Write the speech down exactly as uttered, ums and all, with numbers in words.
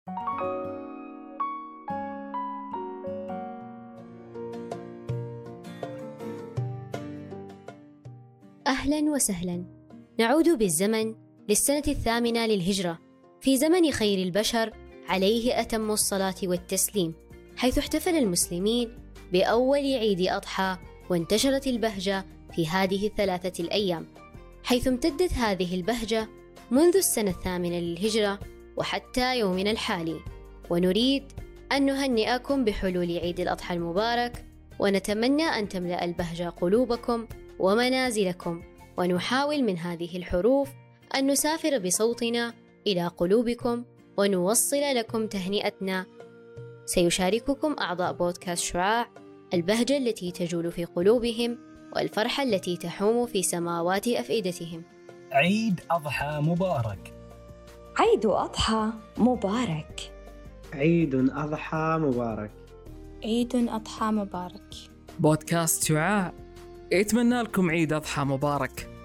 أهلا وسهلا. نعود بالزمن للسنة الثامنة للهجرة، في زمن خير البشر عليه أتم الصلاة والتسليم، حيث احتفل المسلمين بأول عيد أضحى، وانتشرت البهجة في هذه الثلاثة الأيام، حيث امتدت هذه البهجة منذ السنة الثامنة للهجرة وحتى يومنا الحالي. ونريد أن نهنئكم بحلول عيد الأضحى المبارك، ونتمنى أن تملأ البهجة قلوبكم ومنازلكم، ونحاول من هذه الحروف أن نسافر بصوتنا إلى قلوبكم ونوصل لكم تهنئتنا. سيشارككم أعضاء بودكاست شعاع البهجة التي تجول في قلوبهم والفرحة التي تحوم في سماوات أفئدتهم. عيد أضحى مبارك. عيد أضحى مبارك. عيد أضحى مبارك. عيد أضحى مبارك. بودكاست شعاع يتمنى لكم عيد أضحى مبارك.